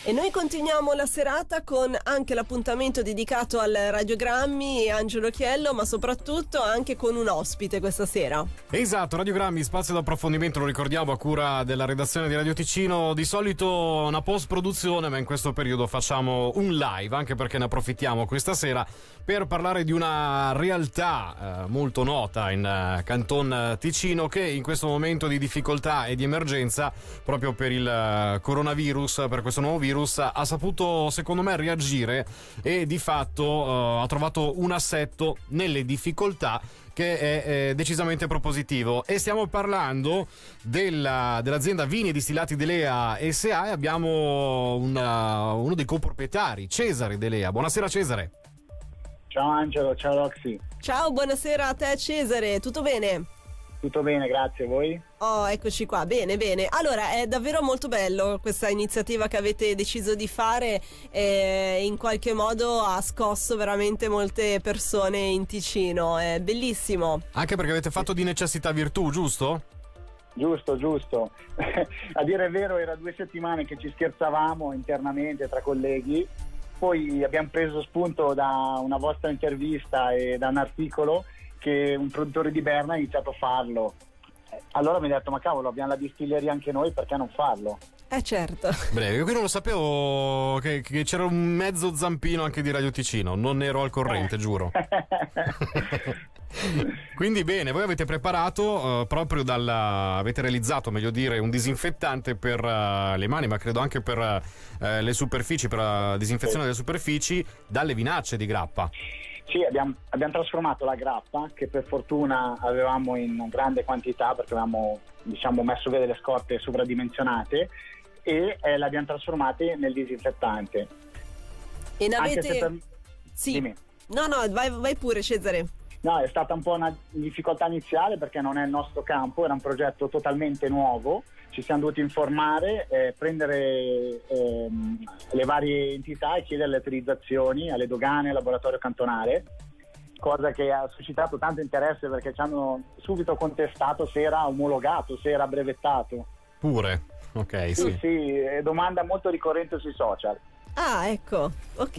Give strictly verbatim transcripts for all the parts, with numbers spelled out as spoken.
E noi continuiamo la serata con anche l'appuntamento dedicato al Radiogrammi, Angelo Chiello, ma soprattutto anche con un ospite questa sera. Esatto, Radiogrammi, spazio d'approfondimento, lo ricordiamo, a cura della redazione di Radio Ticino. Di solito una post-produzione, ma in questo periodo facciamo un live, anche perché ne approfittiamo questa sera per parlare di una realtà eh, molto nota in eh, Canton Ticino, che in questo momento di difficoltà e di emergenza, proprio per il eh, coronavirus, per questo nuovo virus, ha saputo secondo me reagire e di fatto uh, ha trovato un assetto nelle difficoltà che è eh, decisamente propositivo. E stiamo parlando della, dell'azienda Vini e Distillati Delea S A e abbiamo una, uno dei coproprietari, Cesare Delea. Buonasera Cesare. Ciao Angelo, ciao Roxy. Ciao, buonasera a te Cesare, tutto bene? Tutto bene, grazie, a voi? Oh, eccoci qua, bene, bene. Allora, è davvero molto bello questa iniziativa che avete deciso di fare e in qualche modo ha scosso veramente molte persone in Ticino, è bellissimo. Anche perché avete fatto di necessità virtù, giusto? Giusto, giusto. A dire il vero, era due settimane che ci scherzavamo internamente tra colleghi, poi abbiamo preso spunto da una vostra intervista e da un articolo che un produttore di Berna ha iniziato a farlo. Allora mi ha detto, ma cavolo, abbiamo la distilleria anche noi, perché non farlo? Eh certo. Breve, io qui non lo sapevo che, che c'era un mezzo zampino anche di Radio Ticino, non ero al corrente, giuro. Quindi bene, voi avete preparato uh, proprio dalla, avete realizzato, meglio dire, un disinfettante per uh, le mani, ma credo anche per uh, le superfici, per la disinfezione delle superfici, dalle vinacce di grappa. Sì, abbiamo, abbiamo trasformato la grappa, che per fortuna avevamo in grande quantità perché avevamo, diciamo, messo via delle scorte sovradimensionate, e eh, l'abbiamo trasformate nel disinfettante. E ne avete... Anche se per... Sì. Dimmi. No, no, vai, vai pure Cesare. No, è stata un po' una difficoltà iniziale perché non è il nostro campo, era un progetto totalmente nuovo, ci siamo dovuti informare, eh, prendere ehm, le varie entità e chiedere le autorizzazioni alle dogane, al laboratorio cantonale, cosa che ha suscitato tanto interesse perché ci hanno subito contestato se era omologato, se era brevettato. Pure? Ok, sì. Sì, sì, è domanda molto ricorrente sui social. Ah, ecco, ok.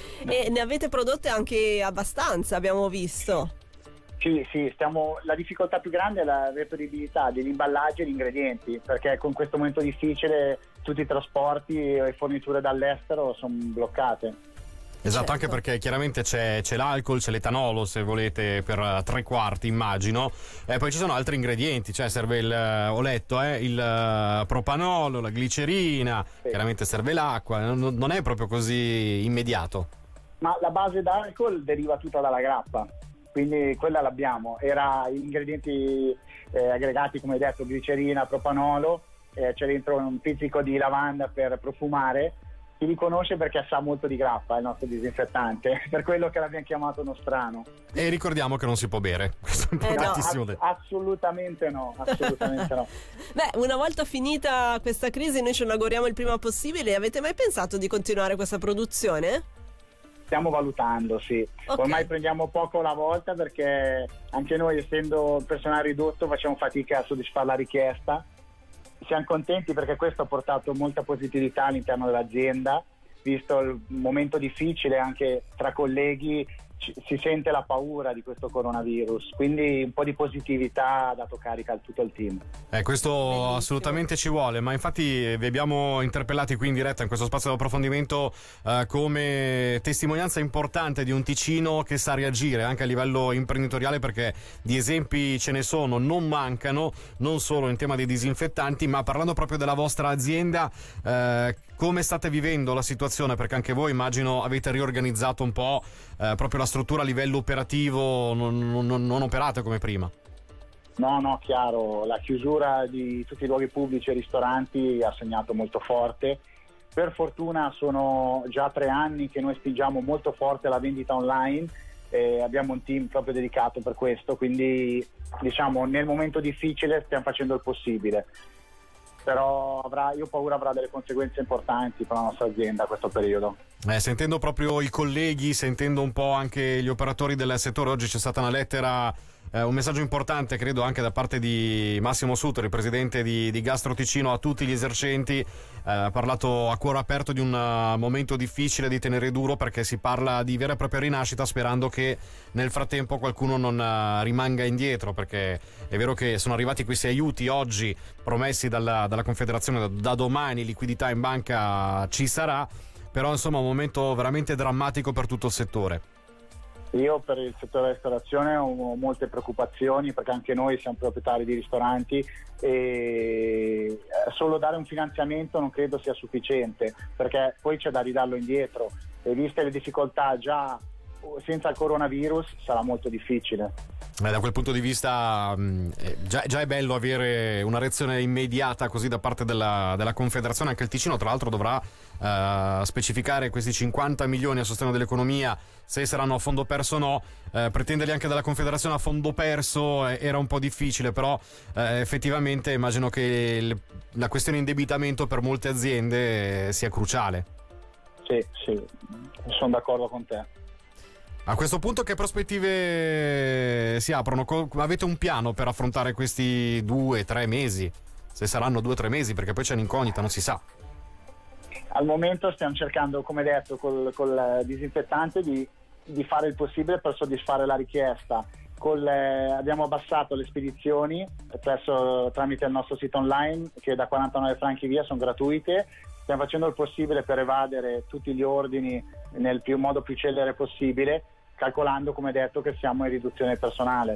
E ne avete prodotte anche abbastanza, abbiamo visto. Sì, sì, stiamo, la difficoltà più grande è la reperibilità degli imballaggi e degli ingredienti, perché con questo momento difficile tutti i trasporti e forniture dall'estero sono bloccate. Esatto, certo. Anche perché chiaramente c'è, c'è l'alcol, c'è l'etanolo, se volete, per uh, tre quarti immagino, e poi ci sono altri ingredienti, cioè serve il, uh, ho letto, eh, il uh, propanolo, la glicerina, sì. Chiaramente serve l'acqua, non, non è proprio così immediato. Ma la base d'alcol deriva tutta dalla grappa, quindi quella l'abbiamo, era gli ingredienti eh, aggregati, come hai detto, glicerina, propanolo, eh, c'è dentro un pizzico di lavanda per profumare. Si riconosce perché sa molto di grappa il nostro disinfettante, per quello che l'abbiamo chiamato nostrano. E ricordiamo che non si può bere, questo è Eh importantissimo. No, ass- assolutamente no, assolutamente no. Beh, una volta finita questa crisi noi ce l'auguriamo il prima possibile. Avete mai pensato di continuare questa produzione? Stiamo valutando, sì. Okay. Ormai prendiamo poco alla volta perché anche noi, essendo personale ridotto, facciamo fatica a soddisfare la richiesta. Siamo contenti perché questo ha portato molta positività all'interno dell'azienda, visto il momento difficile anche tra colleghi, ci, si sente la paura di questo coronavirus, quindi un po' di positività ha dato carica a tutto il team. Eh, questo Bellissimo. Assolutamente ci vuole, ma infatti vi abbiamo interpellati qui in diretta in questo spazio di approfondimento eh, come testimonianza importante di un Ticino che sa reagire anche a livello imprenditoriale, perché di esempi ce ne sono, non mancano, non solo in tema di disinfettanti, ma parlando proprio della vostra azienda, eh, come state vivendo la situazione? Perché anche voi immagino avete riorganizzato un po' eh, proprio la struttura a livello operativo, non, non, non operate come prima. No, no, chiaro, la chiusura di tutti i luoghi pubblici e ristoranti ha segnato molto forte. Per fortuna sono già tre anni che noi spingiamo molto forte la vendita online e abbiamo un team proprio dedicato per questo, quindi diciamo nel momento difficile stiamo facendo il possibile. Però avrà, io ho paura avrà delle conseguenze importanti per la nostra azienda a questo periodo. Eh, sentendo proprio i colleghi, sentendo un po' anche gli operatori del settore, oggi c'è stata una lettera eh, un messaggio importante credo anche da parte di Massimo Suttori, presidente di, di Gastro Ticino, a tutti gli esercenti. Eh, ha parlato a cuore aperto di un uh, momento difficile, di tenere duro, perché si parla di vera e propria rinascita, sperando che nel frattempo qualcuno non uh, rimanga indietro, perché è vero che sono arrivati questi aiuti oggi promessi dalla, dalla Confederazione, da, da domani liquidità in banca ci sarà, però insomma un momento veramente drammatico per tutto il settore. Io per il settore ristorazione ho molte preoccupazioni, perché anche noi siamo proprietari di ristoranti e solo dare un finanziamento non credo sia sufficiente, perché poi c'è da ridarlo indietro e viste le difficoltà già senza il coronavirus sarà molto difficile. Eh, da quel punto di vista mh, eh, già, già è bello avere una reazione immediata così da parte della, della Confederazione. Anche il Ticino tra l'altro dovrà uh, specificare questi cinquanta milioni a sostegno dell'economia, se saranno a fondo perso o no. Eh, pretenderli anche dalla Confederazione a fondo perso eh, era un po' difficile, però eh, effettivamente immagino che il, la questione indebitamento per molte aziende eh, sia cruciale. Sì, sì, sono d'accordo con te. A questo punto che prospettive si aprono? Avete un piano per affrontare questi due, tre mesi? Se saranno due o tre mesi, perché poi c'è un'incognita, non si sa. Al momento stiamo cercando, come detto, col, col disinfettante di, di fare il possibile per soddisfare la richiesta. Col, eh, abbiamo abbassato le spedizioni presso, tramite il nostro sito online, che da quarantanove franchi via sono gratuite. Stiamo facendo il possibile per evadere tutti gli ordini nel più modo più celere possibile, calcolando, come detto, che siamo in riduzione personale.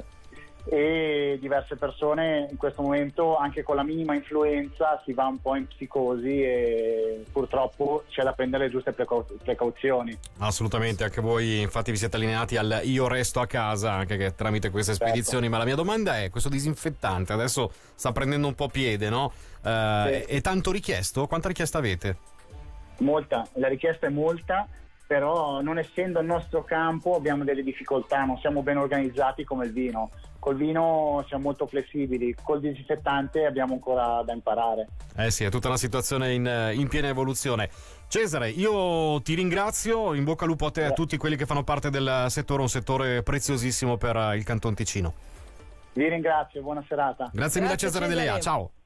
E diverse persone in questo momento, anche con la minima influenza, si va un po' in psicosi e purtroppo c'è da prendere le giuste precau- precauzioni. Assolutamente, anche voi infatti vi siete allineati al io resto a casa anche che tramite queste spedizioni. Certo. Ma la mia domanda è, questo disinfettante adesso sta prendendo un po' piede, no? Uh, sì. È tanto richiesto? Quanta richiesta avete? Molta, la richiesta è molta, però non essendo il nostro campo abbiamo delle difficoltà, non siamo ben organizzati come il vino. Col vino siamo molto flessibili, col disinfettante abbiamo ancora da imparare. Eh sì, è tutta una situazione in, in piena evoluzione. Cesare, io ti ringrazio, in bocca al lupo a te e a tutti quelli che fanno parte del settore, un settore preziosissimo per il Canton Ticino. Vi ringrazio, buona serata. Grazie mille a Cesare De Lea, ciao.